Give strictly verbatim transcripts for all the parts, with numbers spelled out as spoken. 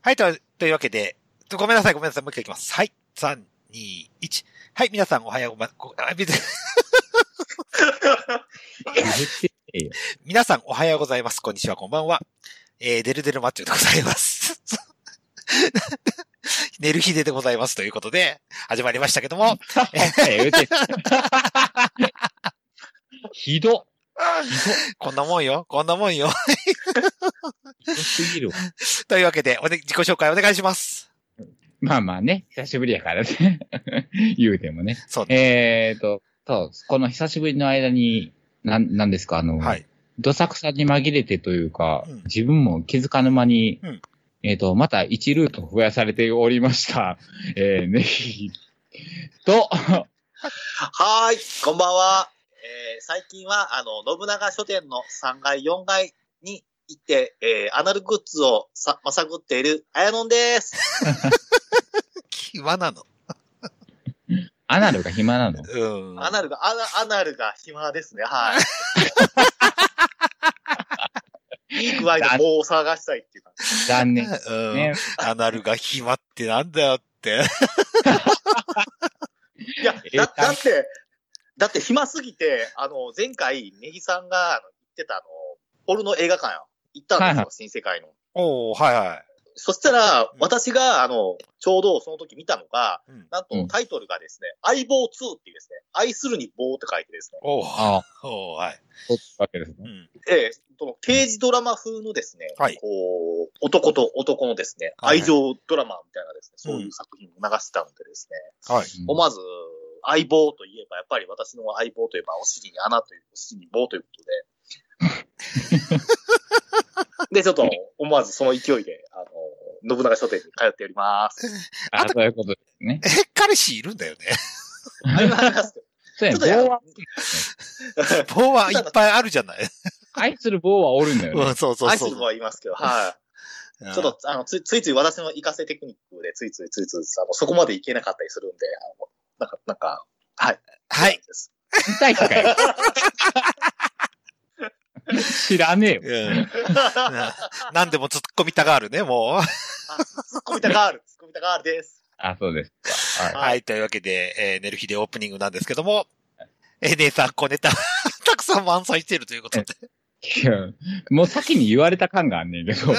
はい、と、というわけで、ごめんなさい、ごめんなさい、もう一回いきます。はい、さん、に、いち。はい、皆さんおはようございます。あ、別に皆さんおはようございます。こんにちは、こんばんは。えー、デルデルマッチョでございます。寝る日ででございますということで、始まりましたけども。 ひど。 こんなもんよ。こんなもんよ。 ひどすぎるわ。 というわけで、おね、自己紹介お願いします。 まあまあね、久しぶりやからね。言うてもね。 そう。 えーと、そう、この久しぶりの間に、なん、なんですか、あの、はい。どさくさに紛れてというか、うん、自分も気づかぬ間に、うん、えっと、またいちルート増やされておりました。えー、ねひと、 はーい、こんばんは。えー、最近は、あの、信長書店のさんがい、よんがいに行って、えー、アナルグッズをさ、まさぐっている、あやのんです。 暇なのアナルが暇なのうん。アナルが、アナ、アナルが暇ですね、はい。いい具合で棒を探したいっていう感じ。 残念。 うん。ね、アナルが暇ってなんだよって。 いや、だ、だって、だって暇すぎて、あの、前回、ネギさんがあの言ってたあの、ポルノ映画館や行ったんですよ、はいはい、新世界の。 おー、はいはい。 そしたら、うん、私が、あの、ちょうどその時見たのが、うん、なんとタイトルがですね、うん、相棒ツーっていうですね、愛するに棒って書いてですね。 おー、あー、おー、はい。 そういうわけですね。 うん、ええ、その刑事ドラマ風のですね、はい、こう、男と男のですね、愛情ドラマみたいなですね、はい、そういう作品を流してたのでですね、はい、思わず、相棒といえば、やっぱり私の相棒といえば、お尻に穴という、お尻に棒ということで。で、ちょっと、思わずその勢いで、あの、信長書店に通っております。 あ、そういうことですね。 え、彼氏いるんだよね。 ありますそうや、棒は。 棒はいっぱいあるじゃない。 愛する棒はおるんだよね。 うん、そうそうそう。 愛する棒はいますけど、はい。ちょっと、あの、つ、ついつい私の活かせテクニックで、ついついついつい、あの、そこまでいけなかったりするんで、あの、なんか、なんか、はい。 はい。 痛いかよ。知らねえよ。うん、 何でも突っ込みたがるね、もう。 突っ込みたがる。突っ込みたがるです。 あ、そうです。 はい。はい、というわけで、えー、寝る日でオープニングなんですけども、えー、姉さん、小ネタ、たくさん満載しているということで。 いや、もう先に言われた感があんねんけど。ま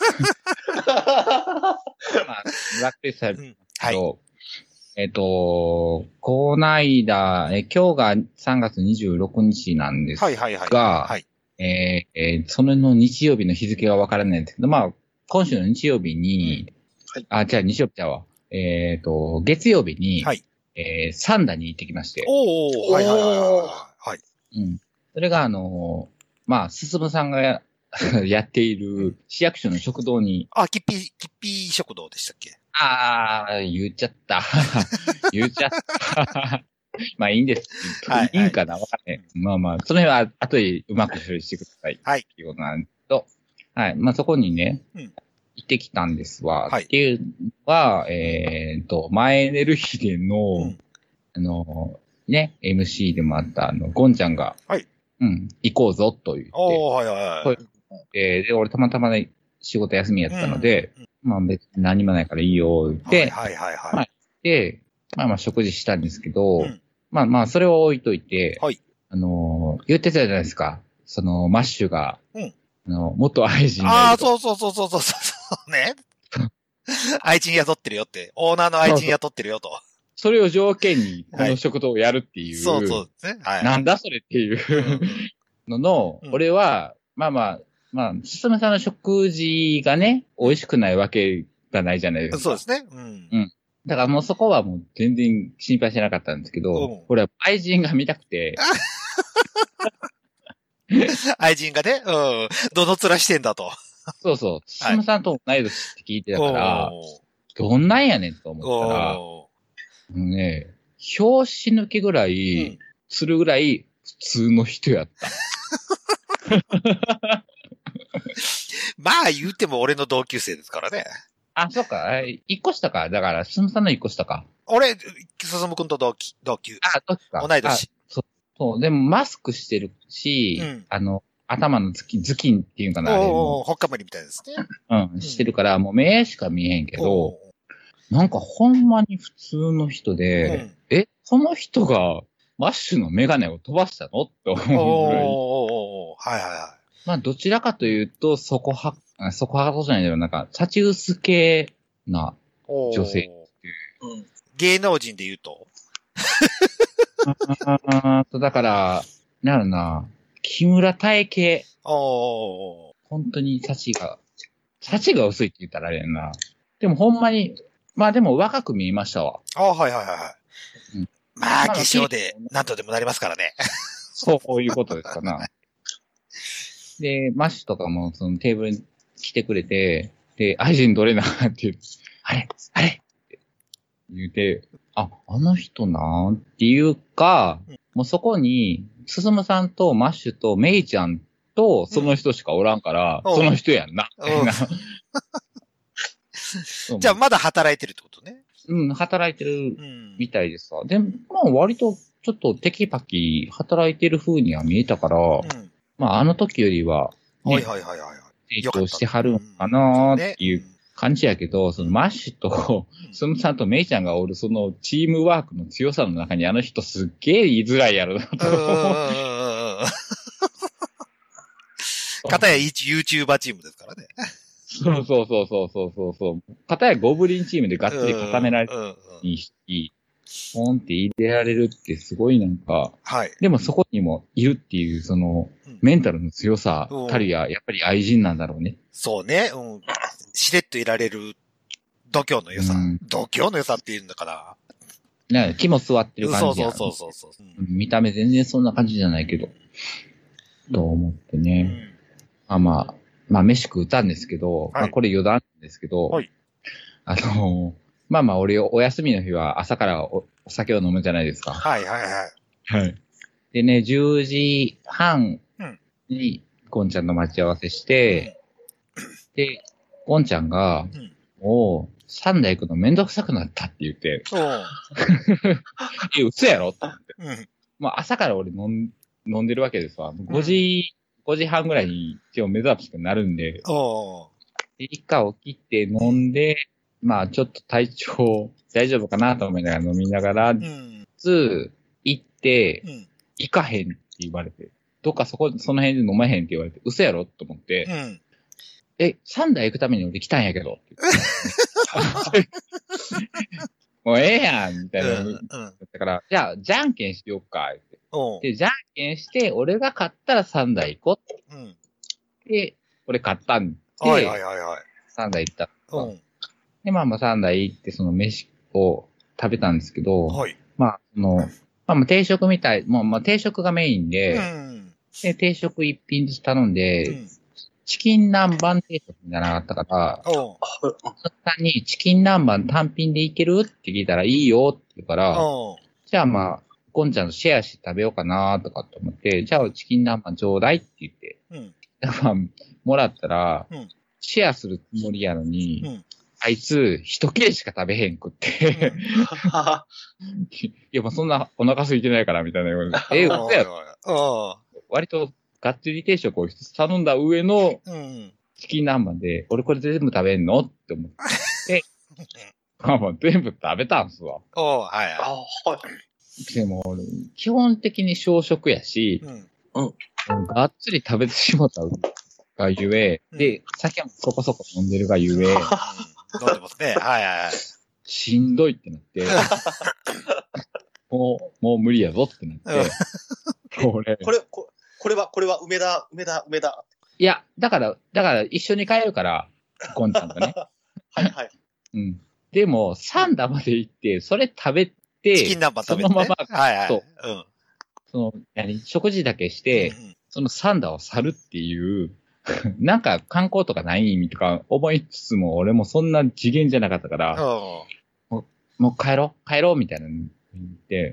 あ、ざっくりされると、うん、はい。えっと、こないだ、え、今日がさんがつにじゅうろくにちなんですが、はいはいはい、はい。えーえー、それの日曜日の日付がわからないんですけど、まあ、今週の日曜日に、うん、はい、あ、じゃあ日曜日ちゃうわ。えっと、月曜日に、はい、えー、サンダに行ってきまして。 おー、はいはいはいはい。 うん。それがあのー、まあ、進むさんがや、やっている市役所の食堂に。 あ、キッピー、キッピー食堂でしたっけ？ ああ、言っちゃった。言っちゃった。まあいいんです。はい、いいんかなわかんない。まあまあ、その辺は後でうまく処理してください。はい。っていうことなんですけど、はい。まあそこにね、うん、行ってきたんですわ。はい。っていうのは、えっ、ー、と、前寝る日での、うん、あの、ね、エムシー でもあった、あの、ゴンちゃんが、はい。うん、行こうぞと言って。 おー、はいはいはい。 で、で俺たまたまね、仕事休みやったので、うんうん、まあ別に何もないからいいよ、って。 はいはいはい、はい。 まあ、で、まあまあ食事したんですけど、うん、まあまあそれを置いといて、はい。あのー、言ってたじゃないですか。その、マッシュが、うん。あの、元愛人がいる。 ああ、そうそうそうそうそうそうね。愛人雇ってるよって。オーナーの愛人雇ってるよと。 それを条件に、この食堂をやるっていう。 はい、そうそうですね。はい。 なんだそれっていうのの、うん、俺は、まあまあ、まあ、すすむさんの食事がね、美味しくないわけがないじゃないですか。 そうですね。うん。 うん。だからもうそこはもう全然心配してなかったんですけど、うん、俺は愛人が見たくて。 愛人がね、うん。どの面してんだと。 そうそう。すすむさんと同い年って聞いてたから、はい、どんなんやねんと思ったら、ね、拍子抜けぐらい、うん、するぐらい普通の人やった。 まあ言うても俺の同級生ですからね。 あ、そっか。一個下か。だから、進さんの一個下か。 俺、進くんと同期、同級。 あ、同期か。 同い年。 そう。そう。でもマスクしてるし、うん、あの、 頭の頭巾、頭巾っていうかな、あれも。ほっかむりみたいですね。 うん、してるから、もう目しか見えへんけど、なんかほんまに普通の人で、うん、え、この人がマッシュのメガネを飛ばしたのって思うぐらい。 おー、はいはいはい。 まあ、どちらかというと、そこは、そこはかとじゃないけど、なんか、サチウス系な女性。 うん、芸能人で言うとあだから、なるな、木村多江系。 おー。 本当にサチが、サチが薄いって言ったらあれやな。でもほんまに、まあでも若く見えましたわ。 ああ、はいはいはいはい。うん、まあ、化粧で何とでもなりますからね。 そういうことですかな。で、マッシュとかもそのテーブルに来てくれて、で、愛人どれなって言う、あれあれって言うて、あ、あの人なーっていうか、うん、もうそこに、進さんとマッシュとメイちゃんとその人しかおらんから、うん、その人やんな。 じゃあまだ働いてるってことね。 うん、働いてるみたいですわ。うん、で、まあ割とちょっとテキパキ働いてる風には見えたから、うん、まああの時よりは、 ね、はいはいはいはい。 成長してはるんかなーっていう感じやけど、そのマッシュと、スムさんとメイちゃんがおるそのチームワークの強さの中にあの人すっげえ言いづらいやろなと。 かたや一 YouTuber チームですからね。 そうそうそうそうそうそう。かたやゴブリンチームでがっつり固められるにし、ポンって入れられるってすごいなんか、はい。でもそこにもいるっていう、その、メンタルの強さたりや、やっぱり愛人なんだろうね。 そうね。うん。しれっといられる度胸の良さ。うん、度胸の良さっていうんだから。 ね、気も座ってる感じや。 そうそうそうそうそう、 うん。見た目全然そんな感じじゃないけど。と思ってね。うん、まあまあ、まあ飯食うたんですけど、はい、まあこれ余談ですけど、はい、あの、まあまあ俺お休みの日は朝からお、お酒を飲むじゃないですか。 はいはいはい。 はい。でね、じゅうじはんにゴンちゃんの待ち合わせして、うん、で、ゴンちゃんが、うん、もう、サンダー行くのめんどくさくなったって言って、え、嘘やろって思って。うん、まあ朝から俺飲ん、飲んでるわけですわ。ごじ、うん、ごじはんぐらいに一応目覚ましくなるんで、で、一回起きて飲んで、まあちょっと体調大丈夫かなと思いながら飲みながら、うん、つ、行って、うん、行かへんって言われて、どっかそこ、その辺で飲まへんって言われて、嘘やろと思って、うん、え、サンダー行くために俺来たんやけど。もうええやんみたいな。うんうん、だから、じゃあ、じゃんけんしようかって。で、じゃんけんして、俺が勝ったらサンダー行こうって。うん、で、俺勝ったんで、はいはいはいはい、サンダー行った。うん、で、まあまあサンダー行って、その飯を食べたんですけど、はい、まあ、その、まあ定食みたい、もうまあ定食がメインで、うん、で、定食一品ずつ頼んで、うん、チキン南蛮定食じゃなかったから、おさんにチキン南蛮単品でいけるって聞いたらいいよって言うから、じゃあまあ、ゴンちゃんとシェアして食べようかなとかと思って、じゃあチキン南蛮ちょうだいって言って、うん、まあ、もらったら、うん、シェアするつもりやのに、うん、あいつ一切れしか食べへんくって、うん、いやまあそんなお腹空いてないからみたいな。え、嘘やろ。割とがっつり定食を一つ頼んだ上のチキン南蛮で、俺これ全部食べんのって思って、まあまあ全部食べたんすわ。 おはいはい。 でも、基本的に小食やし、うんうん、がっつり食べてしまったがゆえ、うん、で、酒もそこそこ飲んでるがゆえ、飲んでますね。はいはいはい。 しんどいってなって、もう、もう無理やぞってなって、 これ、これ、これは、これは梅田、梅田、梅田。 いや、だから、だから一緒に帰るから、ゴンちゃんとね。 はいはい。 うん。でも、サンダまで行って、それ食べて、 チキン南蛮食べて、ね、 そのまま、 はいはい。 そう。うん。その、何、食事だけして、うんうん、そのサンダを去るっていう、なんか観光とかない意味とか思いつつも、俺もそんな次元じゃなかったから、もう、もう帰ろう帰ろうみたいなの言って、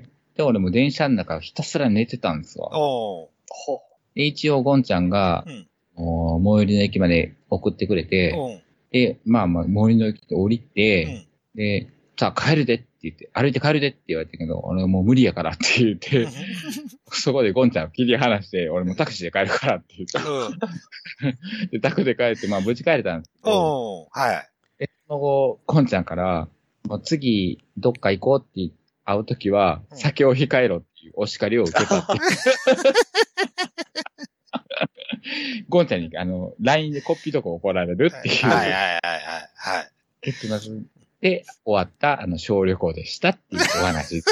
で、俺も電車の中ひたすら寝てたんですわ。で、一応ゴンちゃんが、うん、最寄りの駅まで送ってくれて、で、まあまあ、最寄りの駅で降りて、うん、で、さあ帰るでって言って、歩いて帰るでって言われたけど、俺もう無理やからって言って、そこでゴンちゃんを切り離して、俺もタクシーで帰るからって言って、うん、で、タクで帰って、まあ無事帰れたんですけど、 はい。 で、その後、ゴンちゃんから、もう次、どっか行こうって会うときは、酒を控えろっていうお叱りを受けたって。ゴンちゃんに、あの、ライン でコッピーとか怒られるっていう。 はいはいはいはい。はい。 結末で終わった、あの、小旅行でしたっていうお話。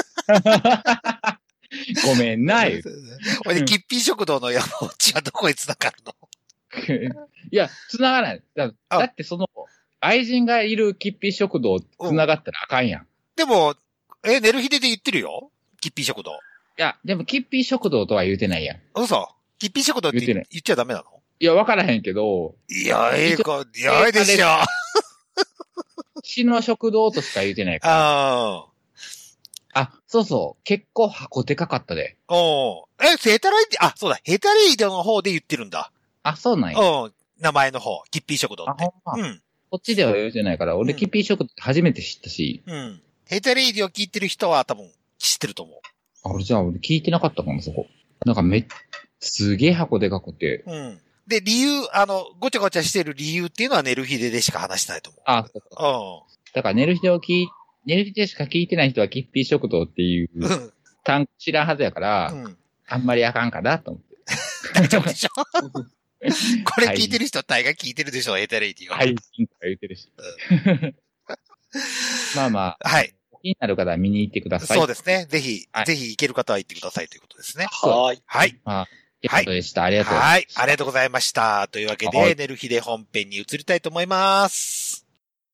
ごめんな、言う。 ほいで、キッピー食堂の山内はどこへ繋がるのいや、繋がらないだ。だってその、愛人がいるキッピー食堂繋がったらあかんやん。 でも、え、寝る日で言ってるよキッピー食堂。いや、でもキッピー食堂とは言うてないやん。 嘘キッピー食堂って 言, 言っちゃダメなの？ いや、わからへんけど。 いや、ええか、いや、ええでしょ。 死の食堂としか言うてないから。ああ。あ、そうそう。結構箱でかかったで。 おえ、ヘタレイディ、あ、そうだ、ヘタレイディの方で言ってるんだ。 あ、そうなんや。 うん。名前の方、キッピー食堂って。あ、ほんま。うん。 こっちでは言うてないから、俺、うん、キッピー食堂って初めて知ったし。 うん。ヘタレイディを聞いてる人は多分知ってると思う。 あ、俺じゃあ俺聞いてなかったかも、そこ。なんかめ、すげえ箱でかくて。 うん。で、理由、あの、ごちゃごちゃしてる理由っていうのは寝る日ででしか話してないと思う。 あ、そうそう。うん。だから寝る日でを聞い、寝る日でしか聞いてない人はキッピー食堂っていう、単知らんはずやから、うん、あんまりあかんかなと思って。 大丈夫でしょこれ聞いてる人は大概聞いてるでしょ、エータレイティは。 はい、とか言ってるし。うん、まあまあ。 はい。 気になる方は見に行ってください。 そうですね。ぜひ、はい、ぜひ行ける方は行ってくださいということですね。 はい。 はい。 まあということでした。ありがとうございます。 はい。ありがとうございました。というわけで、寝る日で本編に移りたいと思います。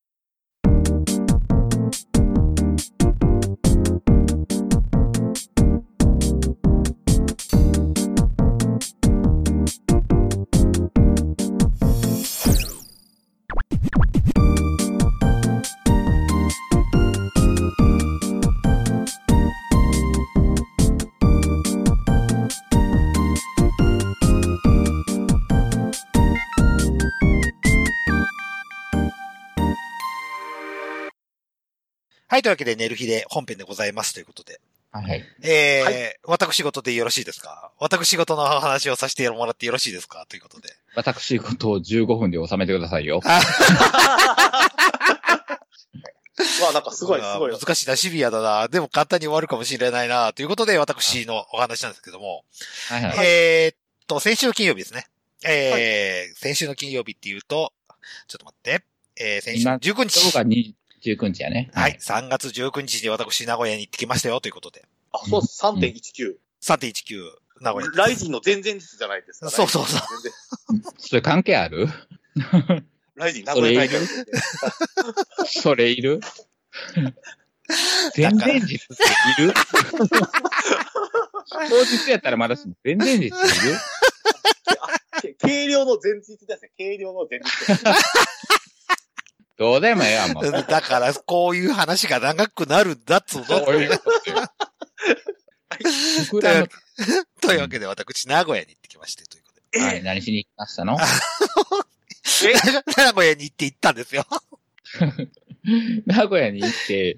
はい。というわけで、寝る日で本編でございますということで。 はい。 えー、はい、私事でよろしいですか？私事の話をさせてもらってよろしいですかということで。 私事をじゅうごふんで収めてくださいよ。 まあなんかすごいすごい。 難しいな、シビアだな。でも簡単に終わるかもしれないな。ということで、私のお話なんですけども。 はいはい。 えー、っと、先週の金曜日ですね。えー、はい、先週の金曜日っていうと、ちょっと待って。えー、先週のじゅうくにち。 今日がじゅうくにちやね。 はい。はい、さんがつじゅうくにちに私、名古屋に行ってきましたよ、ということで。 あ、そう、さんてんいちきゅう。 さんてんいちきゅう、名古屋。 ライジンの前々日じゃないですか。 そうそうそう。 それ関係ある？ ライジン名古屋大会。 それいる？前々日っている？当日やったらまだしも、前々日いる？ 軽量の前日ですね。軽量の前日。 どうでもええわ、もう。 だから、こういう話が長くなるんだっつうの。そういうことよ。というわけで、私、名古屋に行ってきまして、ということで。はい、何しに行きましたの？ 名古屋に行って行ったんですよ。 名古屋に行って、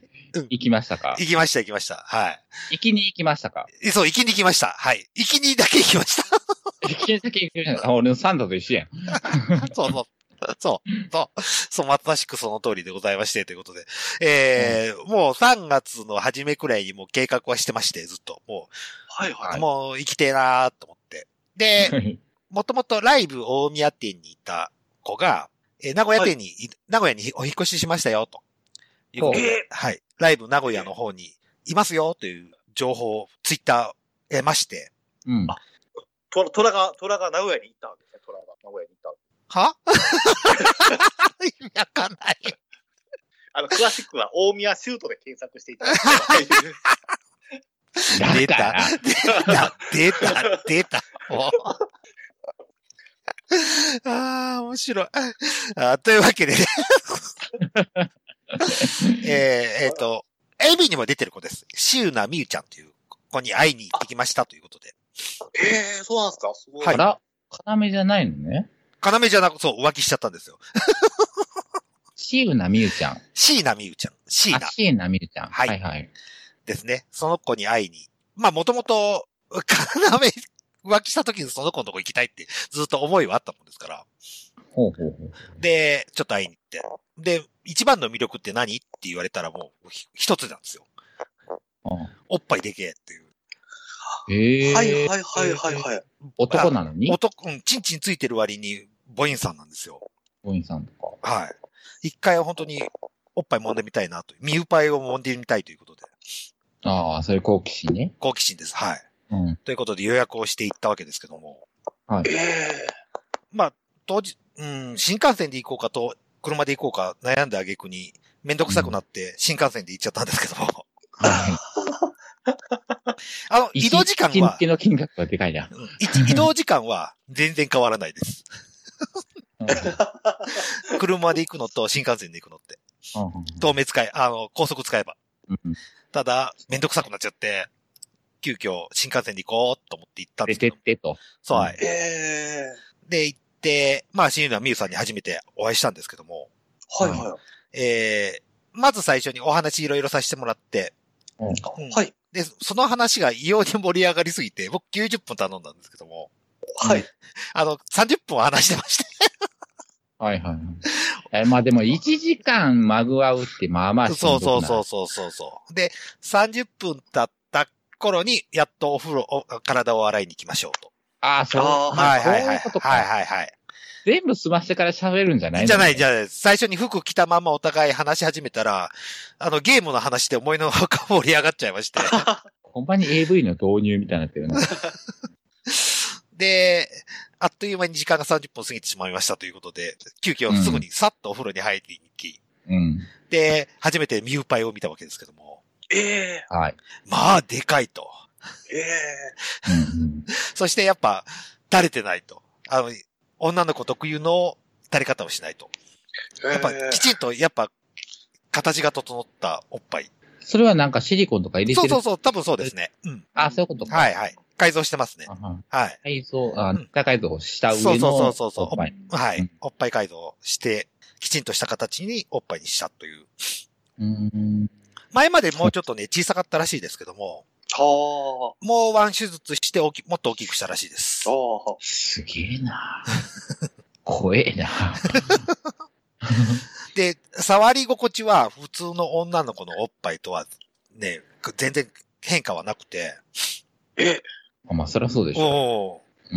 行きましたか？ 行きました、行きました。はい。 行きに行きましたか？ そう、行きに行きました。はい。行きにだけ行きました。 行きにだけ行きました。俺のサンダと一緒やん。 そうそう。そう。そう。そう、まさしくその通りでございまして、ということで。えー、うん、もうさんがつの初めくらいにもう計画はしてまして、ずっと。もう、 はいはい。 もう行きてえなーと思って。で、もともとライブ大宮店にいた子が、えー、名古屋店に、はい、名古屋にお引越ししましたよ、ということで、はい。ライブ名古屋の方にいますよ、という情報をツイッター得まして。 うん。 あ、トラが、トラが名古屋に行ったんですね、トラが名古屋に行ったんです。 は意味わかんない。 あの、詳しくは大宮シュートで検索していただいて。 出た、出た、出た、出た。ああ、面白い。あというわけでね。えー、えっと、エイビー にも出てる子です。シウナミユちゃんという子に会いに行ってきましたということで。 ええー、そうなんですか？すごい。 はい。あら、要じゃないのね。 要じゃなく、そう、浮気しちゃったんですよ。 シウナミユちゃん。 シーナミユちゃん。 椎名。 椎名みるちゃん。 はい。 はいはい。 ですね。その子に会いに。まあ、もともと、浮気した時にその子のとこ行きたいってずっと思いはあったもんですから。 ほうほうほう。 で、ちょっと会いに行って。で、一番の魅力って何って言われたらもう一つなんですよ。 ああおっぱいでけえっていう。 ええー。 はいはいはいはいはい。 男なのに男、うん、チンチンついてる割に母音さんなんですよ。 母音さんとか。 はい。一回は本当におっぱい揉んでみたいなと。ミウパイを揉んでみたいということで。 ああ、それ好奇心ね。 好奇心です。はい。 うん。 ということで予約をしていったわけですけども。 はい。 ええー。 まあ、当時、うん、新幹線で行こうかと、車で行こうか悩んであげくに、めんどくさくなって新幹線で行っちゃったんですけども。うん、はい。あの、移動時間は。 一日の金額がでかいな。 移動時間は全然変わらないです。車で行くのと新幹線で行くのって。東名使い、あの、高速使えば。ただ、めんどくさくなっちゃって、急遽新幹線で行こうと思って行ったんですけど。 出てってと。 そう、はい。 えー、で、行って、まあ、親友のみゆさんに初めてお会いしたんですけども。 はいはい。 えー、まず最初にお話いろいろさせてもらって、 うん、はい。 で、その話が異様に盛り上がりすぎて、僕きゅうじゅっぷん頼んだんですけども。 はい。 あの、さんじゅっぷん話してました。 はいはい。え、まあでもいちじかんまぐわうってまあまあしんどくなそうそうそうそうそう。で、さんじゅっぷん経った頃に、やっとお風呂、体を洗いに行きましょうと。 ああ、そう。 はいはいはい。 そういうことか。 はいはいはい。 全部済ましてから喋るんじゃないの、ね、 じゃないじゃない。最初に服着たままお互い話し始めたら、あの、ゲームの話で思いのほか盛り上がっちゃいまして。 ほんまに エーブイ の導入みたいになってるね。 で、あっという間に時間がさんじゅっぷん過ぎてしまいましたということで、急遽すぐにさっとお風呂に入りに行き、 うん、 で、初めてミューパイを見たわけですけども。 ええー。はい。 まあ、でかいと。 ええー。うんうん、 そしてやっぱ、垂れてないと。あの、女の子特有の垂れ方をしないと。やっぱ、きちんと、やっぱ、形が整ったおっぱい。 それはなんかシリコンとか入れてる？ そうそうそう、多分そうですね。うん。 あ、そういうことか。 はいはい。改造してますね。はい。 改造、あ、高改造した上の。 そうそうそうそう。 おっぱい。 はい、うん。おっぱい改造して、きちんとした形におっぱいにしたという。 うーん。 前までもうちょっとね、小さかったらしいですけども。 はあ。もうワン手術して大き、もっと大きくしたらしいです。 ああ。 すげえな怖えなで、触り心地は普通の女の子のおっぱいとはね、全然変化はなくて。 えあ、まあ、そりゃそうでしょ。うん。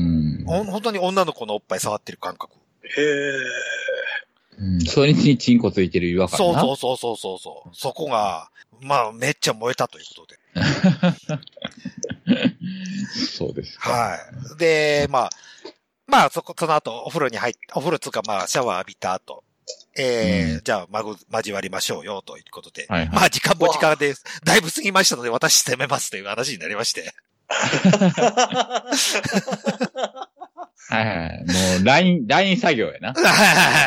本当に女の子のおっぱい触ってる感覚。 へえ。 うん。それにチンコついてる違和感な。 そうそうそうそうそう。そこが、まあ、めっちゃ燃えたということで。 そうですか。 はい。で、まあ、まあ、そこ、その後、お風呂に入って、お風呂つうか、まあ、シャワー浴びた後、えー、うん、じゃあ、まぐ、交わりましょうよ、ということで。はいはい、まあ、時間も時間で、だいぶ過ぎましたので、私攻めますという話になりまして。 はいはい。もう、ライン、ライン作業やな。 はいはいはい。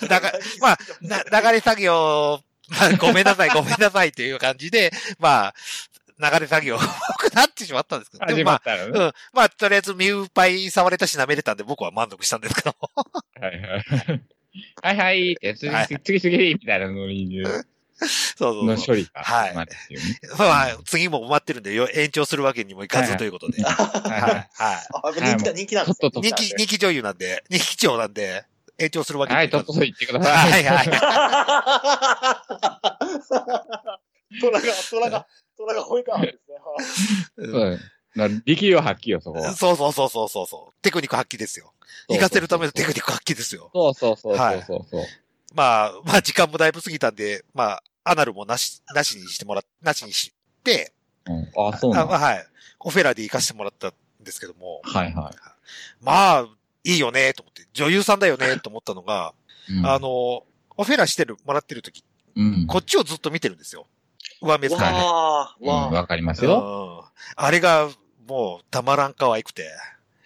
だから、まあ、な、流れ作業、まあ、ごめんなさい、ごめんなさいという感じで、まあ、流れ作業、僕なってしまったんですけど。 始まったのね。 まあ、うん。まあ、とりあえず、ミューパイ触れたし舐めれたんで、僕は満足したんですけど。 はいはい。はいはいって、次、次、次、みたいなノリで。 そうそうそう。 の処理が。 はい。まあ、次も埋まってるんで、延長するわけにもいかずということで。はいはい。人気だ、人気なんですね。 人気、人気女優なんで、人気長なんで、延長するわけにもいかず。はい、とっとと言ってください。 はいはい。 トラが、トラが、トラが吠えたんですね。 うん。力量発揮よ、そこは。 そうそうそうそうそうそう。テクニック発揮ですよ。行かせるためのテクニック発揮ですよ。 そうそうそうそうそうそう。 まあ、まあ時間もだいぶ過ぎたんで、まあ、アナルもなし、なしにしてもらっ、なしにして、 うん、あ、そうなんだ。 はい。オフェラで行かせてもらったんですけども。 はいはい。 まあ、いいよね、と思って。女優さんだよね、と思ったのが、うん、あの、オフェラしてる、もらってる時、うん、こっちをずっと見てるんですよ。上目遣いで。 わー、わー、うん。わかりますよ。 うん。あれが、もう、たまらん可愛くて。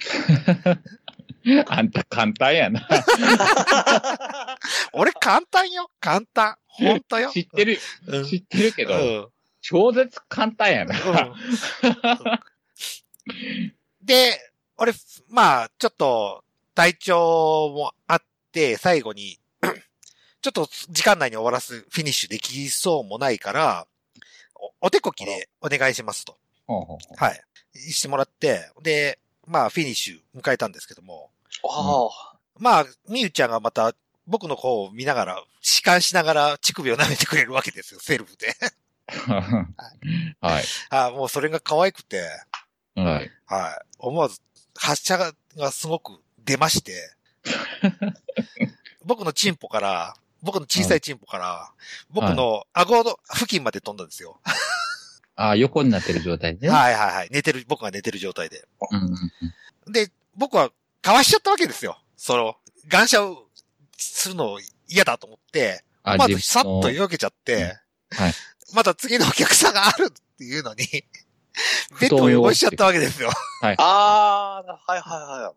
あんた簡単やな。 俺簡単よ。簡単。ほんとよ。 知ってる。うん、知ってるけど、うん、超絶簡単やな。うん、 で、俺、まあ、ちょっと、体調もあって、最後に、ちょっちょっと時間内に終わらす、フィニッシュできそうもないから、お、お手こきでお願いしますと。はい。してもらって、で、まあ、フィニッシュ迎えたんですけども。 ああ。 まあ、みゆちゃんがまた、僕の方を見ながら、弛緩しながら乳首を舐めてくれるわけですよ、セルフで。 はい。 あもうそれが可愛くて。 はい。 はい。思わず、発射ががすごく出まして。僕のチンポから、僕の小さいチンポから、僕の顎の付近まで飛んだんですよ。 ああ、横になってる状態で、ね。 はいはいはい。寝てる、僕が寝てる状態で。 うんうんうん、 で、僕は、かわしちゃったわけですよ。その、感謝をするの嫌だと思って、まずさっとよけちゃって、 はい、 また次のお客さんがあるっていうのに、ベッドを汚しちゃったわけですよ。 はい、ああ、はいはいはい。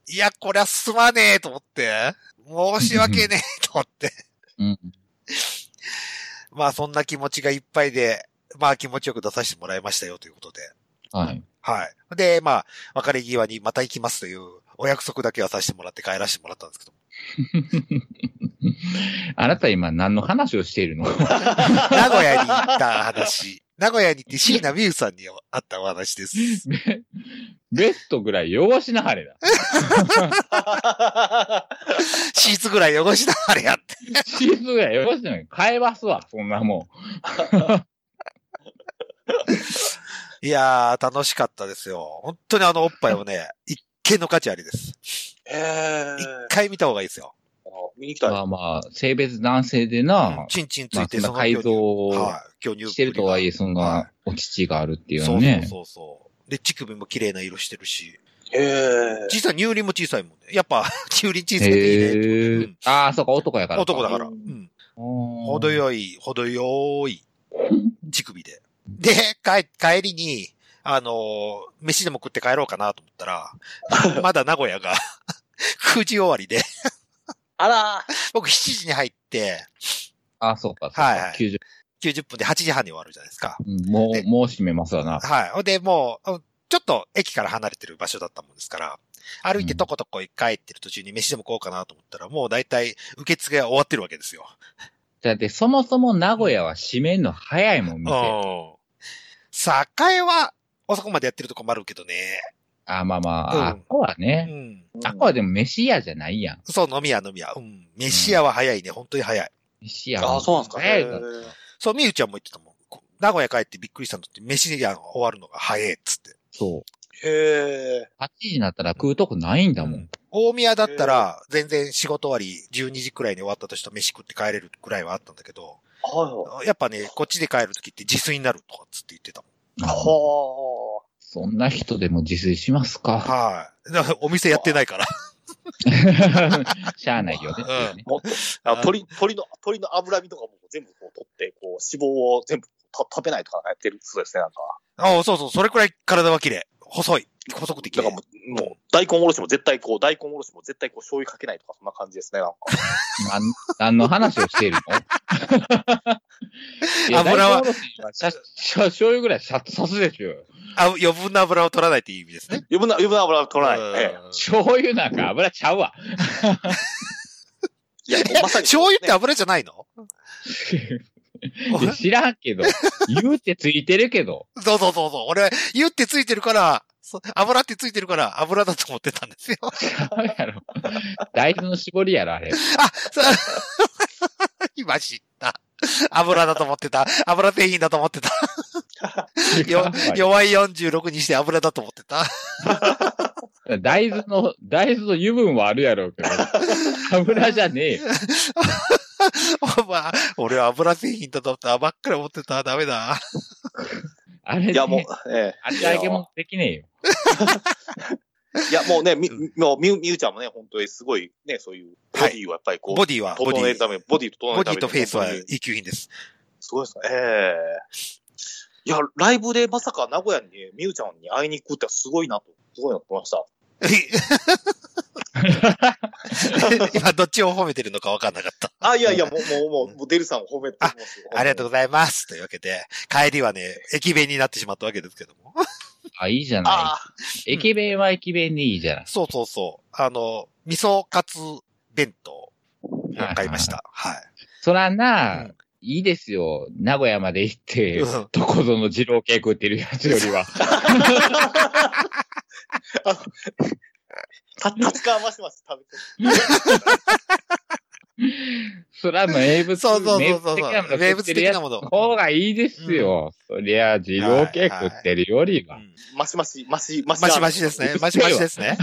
いや、こりゃすまねえと思って、申し訳ねえと思って。 うん、 まあそんな気持ちがいっぱいで、まあ気持ちよく出させてもらいましたよということで。 はい。 はい。で、まあ、別れ際にまた行きますというお約束だけはさせてもらって帰らせてもらったんですけど。 あなた今何の話をしているの？名古屋に行った話。名古屋に行って椎名美優さんに会ったお話です。 ベッドぐらい汚しなはれだ。 シーツぐらい汚しなはれやって。 シーツぐらい汚しなはれ。買えますわ、そんなもん。 いやー、楽しかったですよ。本当にあのおっぱいをね、一見の価値ありです。 へー。 一回見た方がいいですよ。 見に来たい。 まあまあ、性別男性でな、 うん、チンチンついて、 まあ、その改造してるとはいえ、そんなお乳があるっていうのね。 そうそうそうで、乳首も綺麗な色してるし。 へー。 小さい、乳輪も小さいもんね。やっぱ、乳輪小さくていいね。 へー。うん、ああ、そうか、男やからか。 男だから。うん。程よい、程よい乳首で。で、帰、帰りに、あのー、飯でも食って帰ろうかなと思ったら、まだ名古屋がくじ終わりであら僕しちじに入って、 あ、そうか、そうか。 はい、はい。 きゅうじゅう、 きゅうじゅっぷんではちじはんに終わるじゃないですか。 うん、もう、もう閉めますわな。 はい。で、もう、ちょっと駅から離れてる場所だったもんですから、歩いてとことこ帰ってる途中に飯でも食おうかなと思ったら、もう大体受付が終わってるわけですよ。 だって、そもそも名古屋は閉めんの早いもん、店。うん。 栄は遅くまでやってるとこもあるけどね。 あ、まあまあ、うん、あっこはね。うん。あっこはでも飯屋じゃないやん。 そう、飲み屋飲み屋。うん。飯屋は早いね、うん、本当に早い。 飯屋は。あ、そうなんですか。 早いの。 そう、みゆちゃんも言ってたもん。名古屋帰ってびっくりしたのって、飯屋が終わるのが早いっつって。 そう。 へえ。 はちじになったら食うとこないんだもん。うん、 大宮だったら、全然仕事終わりじゅうにじくらいに終わったとして飯食って帰れるくらいはあったんだけど、 はいはい、 やっぱね、こっちで帰るときって自炊になるとかっつって言ってたもん。 はあ。 そんな人でも自炊しますか？ はい、お店やってないから。 しゃあないよね。 うん、もっと鶏、鶏の、鶏の脂身とかも全部こう取って、こう脂肪を全部食べないとかやってるそうですね、なんか。 ああ、そうそう、それくらい体は綺麗。細い。細くて綺麗。 だからもう、もう大根おろしも絶対こう、大根おろしも絶対こう醤油かけないとかそんな感じですね、なんか。 なん、何の話をしているの？ 油は。 醤油ぐらいさすでしょ。 あ、余分な油を取らないっていう意味ですね。 余分な、余分な油を取らない。ええ、醤油なんか油ちゃうわ。 いや、まさに、醤油って油じゃないの？ 知らんけど。言うってついてるけど。 そうそうそうそう。俺は言うってついてるから、油ってついてるから油だと思ってたんですよ。 そうやろ。大豆の絞りやろ、あれ。 あ、そう。今知った。油だと思ってた。油製品だと思ってた。よ弱いよんじゅうろくにして油だと思ってた。 大豆の、大豆の油分はあるやろうけど。油じゃねえよ。 まあ、俺は油製品だと思ってばっかり思ってた。ダメだ。 あれ、ね、 いやもう、ええ。 味揚げもできねえよ。 いや、もうね、み、もう、みゆ、みゆちゃんもね、本当にすごい、ね、そういう、ボディはやっぱりこう、 ボディは、 整えるため、ボディと整えるため。 ボディとフェイスは一級品です。 すごいですね。ええー。いや、ライブでまさか名古屋に、ね、みゆちゃんに会いに行くってすごいなと、すごいなと思いました。 今どっちを褒めてるのか分かんなかった。 あ、いやいや、もう、もう、もう、デルさんを褒めてますよ。 あ、ありがとうございます。というわけで、帰りはね、駅弁になってしまったわけですけども。 あ、いいじゃない。駅弁は駅弁でいいじゃない。 そうそうそう。あの、味噌カツ弁当買いました。はい。 そらな、うん、いいですよ。名古屋まで行って、うん、どこぞの二郎系食ってるやつよりは。 た、立川ますます食べてる。 そら名物、 そうそうそうそう。 名物的なもの。方がいいですよ。うん、そりゃ、二郎系食ってるよりは。 マシマシ、マシ、マシ。 マシマシですね。マシマシですね。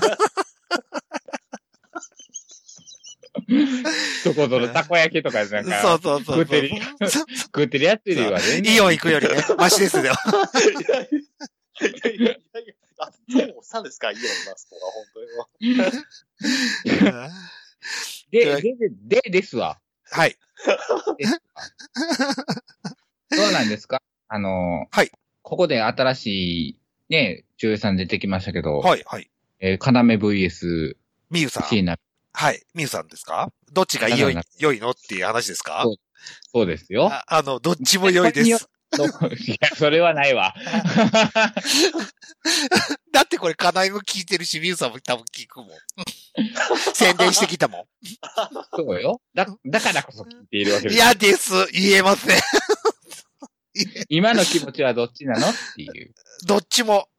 どこぞのたこ焼きとかなんか。 そうそうそう。 食ってる、食ってるやつよりはね。 イオン行くよりね、マシですよ。いやいやいやいやいや。あ、そうしたんですかイオンマスコが、本当に。 で、で、で、でですわ。 はい。 そうなんですかあの、 はい。 ここで新しい、ね、女優さん出てきましたけど。 はい、はい。 えー、かなめ ブイエス。 みゆさん。 椎名。 はい。みゆさんですかどっちが良い、良いのっていう話ですかそう、そうですよあ。あの、どっちも良いです。いや、 それはないわ。 だってこれ、かなえも聞いてるし、みゆさんも多分聞くもん。宣伝してきたもん。 そうよ。だ、だからこそ聞いているわけです。 嫌です。言えません。 今の気持ちはどっちなのっていう。 どっちも。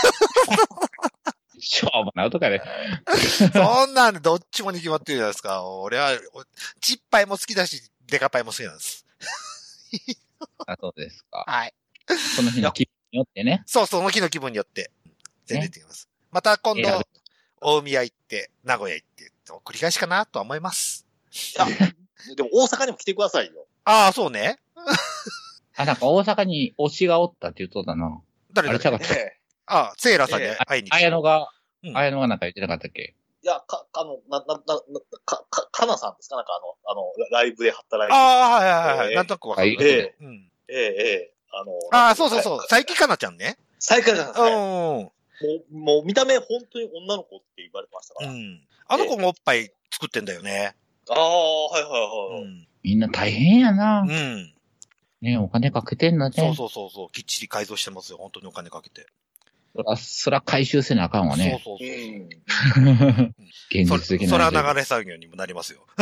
しょうもない男かね。 そんなんでどっちもに決まってるじゃないですか。俺は、ちっぱいも好きだし、でかぱいも好きなんです。 あ、そうですか。 はい。 その日の気分によってね。 そう、その日の気分によって、全然出てきます。ね、また今度、大宮行って、名古屋行って、繰り返しかなとは思います。 いや、でも大阪にも来てくださいよ。 ああ、そうね。 あ、なんか大阪に推しがおったって言うとったな。 誰だっけ、えー、ああ、セイラさんに会いに来た。 綾野が、綾野がなんか言ってなかったっけいや、か、あの、な、な、な、か、か、かなさんですかなんかあの、あの、ライブで働いてる。 ああ、はいはいはい。えー、なんとなくわかる。 ええー、うん。 ええ、ええ、あの、 ああ、そうそうそう。佐伯かなちゃんね。 佐伯かなちゃん。 うん。 もう、もう見た目本当に女の子って言われてましたから。 うん。あの子もおっぱい作ってんだよね。 ああ、はいはいはい。うん、 みんな大変やな。 うん。 ねお金かけてんだね。 そうそうそうそう。きっちり改造してますよ。本当にお金かけて。 そら、そら回収せなあかんわね。 そうそうそうそう。うん、 現実的な。 それは流れ作業にもなりますよ。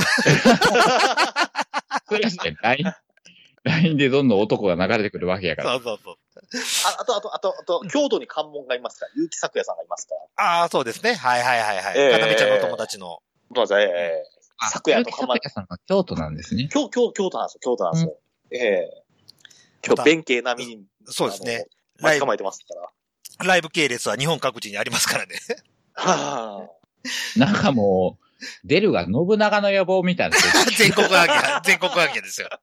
それはね、ライン、ライン でどんどん男が流れてくるわけやから。 そうそうそう。 あ、あと、あと、あと、あと、京都に関門がいますから、結城咲夜さんがいますから。 ああ、そうですね。はいはいはいはい。かなめちゃんのお友達の。 そうですね。えー、咲夜とかま。 咲夜さんが京都なんですね。 京、京、京都なんですよ。京都なんですよ。うん、ええー。今日、弁慶並みに。 そうですね。 待ち構えてますから。 ライブ系列は日本各地にありますからね。 はぁ。なんかもう、出るが信長の野望みたいな。 全国アゲハ、全国アゲですよ。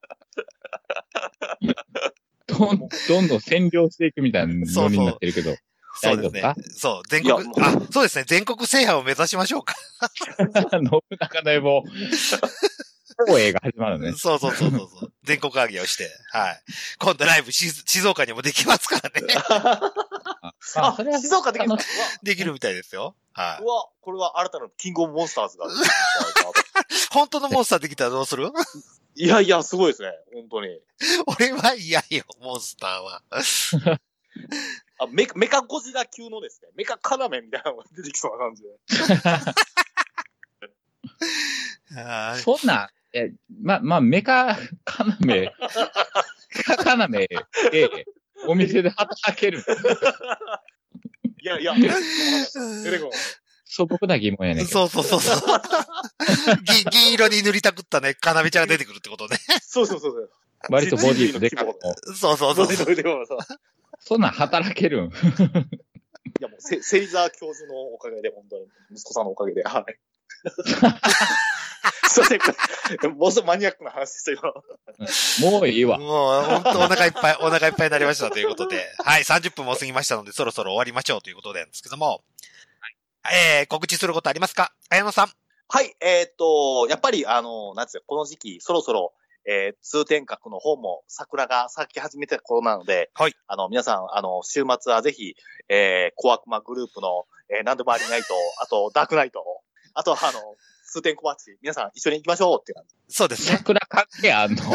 どんどんどん占領していくみたいなノリになってるけど。 そうそうそうですね。そう、全国、あ、そうですね。全国制覇を目指しましょうか。 信長の野望。放映が始まるね。 そうそうそうそうそう。全国アゲをして、はい。今度ライブ静岡にもできますからね。 あ、それは静岡できるできるみたいですよ。はい。 うわ、これは新たなキングオブモンスターズが。 本当のモンスターできたらどうする？ いやいや、すごいですね。本当に。 俺は嫌よ、モンスターは。 あメカ、メカゴジラ級のですね、メカカナメみたいなのが出てきそうな感じで。そんな、え、ま、まあ、メカカナメ、メカカナメで、お店で働ける。 いやいや、出てこ素朴な疑問やねん。 そうそうそうそう。銀、銀色に塗りたくったね、かなめちゃんが出てくるってことね。 そうそうそうそう。 割とボディーもでかく。 そうそうそうそう。 そんなん働けるん。いやもうセ、セイザー教授のおかげで、本当に、息子さんのおかげで、はい。すいません、もうすぐマニアックな話ですよ。 もういいわ。 もう、本当お腹いっぱい、お腹いっぱいになりましたということで。はい、さんじゅっぷんも過ぎましたので、そろそろ終わりましょうということなんですけども。はい、えー、告知することありますか？綾野さん。 はい、えー、っと、やっぱり、あの、なんつうこの時期、そろそろ、えー、通天閣の方も桜が咲き始めた頃なので、 はい。 あの、皆さん、あの、週末はぜひ、えー、小悪魔グループの、えー、なんでもありナイト、あと、ダークナイト、あと、あの、通天小町、皆さん一緒に行きましょうって感じ。 そうですね。 桜関係あんの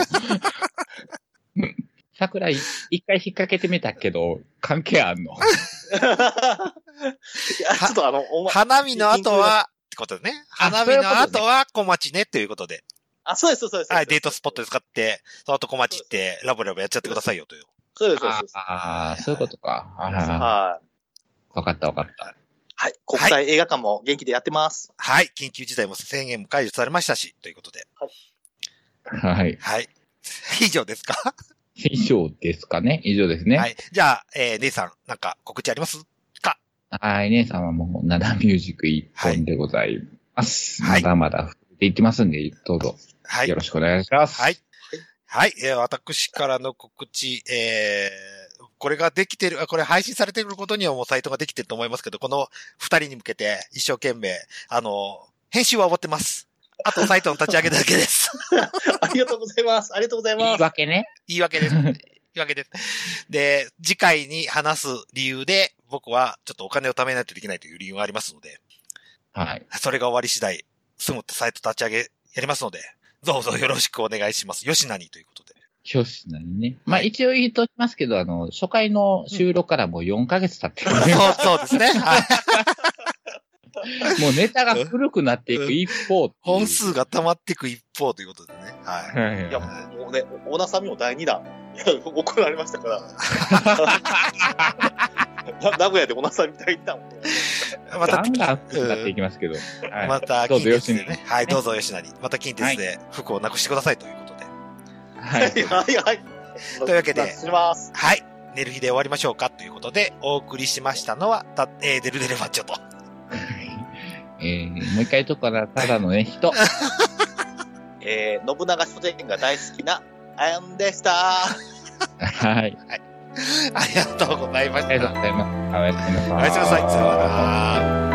桜い一回引っ掛けてみたけど、関係あんのいや、ちょっとあの、 花見の後は、 ってことでね。花火の後は小町ねということで。 あ、そうです、そうです。 はい、デートスポットで使って、その後小町行って、ラブラブやっちゃってくださいよという。 そうです、そうです。 ああ、そういうことか。はい。わかった、わかった。 はい。国際映画館も元気でやってます。 はい。緊急事態も宣言も解除されましたし、ということで。 はい。はい。 はい。以上ですか？ 以上ですかね。以上ですね。 はい。じゃあ、えー、姉さん、なんか告知ありますか？ はい。姉さんはもう、ナダミュージック一本でございます。はい、まだまだ振っていってますんで、どうぞ。はい。よろしくお願いします。 はい。はい。えー、私からの告知、えー、これができてる、これ配信されていることにはもうサイトができてると思いますけど、この二人に向けて一生懸命、あの、編集は終わってます。あとサイトの立ち上げだけです。 ありがとうございます。ありがとうございます。 言い訳ね。 言い訳です。言い訳です。で、次回に話す理由で、僕はちょっとお金を貯めないといけないという理由がありますので、 はい。 それが終わり次第、すぐサイト立ち上げやりますので、どうぞよろしくお願いします。よしなにということで。 よしなにね。まあ、一応言うときますけど、あの、初回の収録からもうよんかげつ経ってる、ね、 うん。そう、そうですね。はい。 もうネタが古くなっていく一方、うん、 本数が溜まっていく一方ということでね。はい。 はい、いや、もうね、オーナーさんにもだいにだん、怒られましたから。名古屋でオーナーさんみたいにだん。 また、ガンガン古くなっていきますけど。 うんはい、また、近鉄でね。はい、どうぞよしなに。また近鉄で服をなくしてくださいということで。 はい、はい、はい。 というわけで、 します。 はい。寝る日で終わりましょうかということで、お送りしましたのは、た、えー、デルデルマッチョと。 えー、もう一回言うとこから、ただのね、人。 えー、信長書店が大好きな、あやんでした。はい。はい。 ありがとうございました。 ありがとうございます。おやすみなさい。 おやすみなさい。さよなら。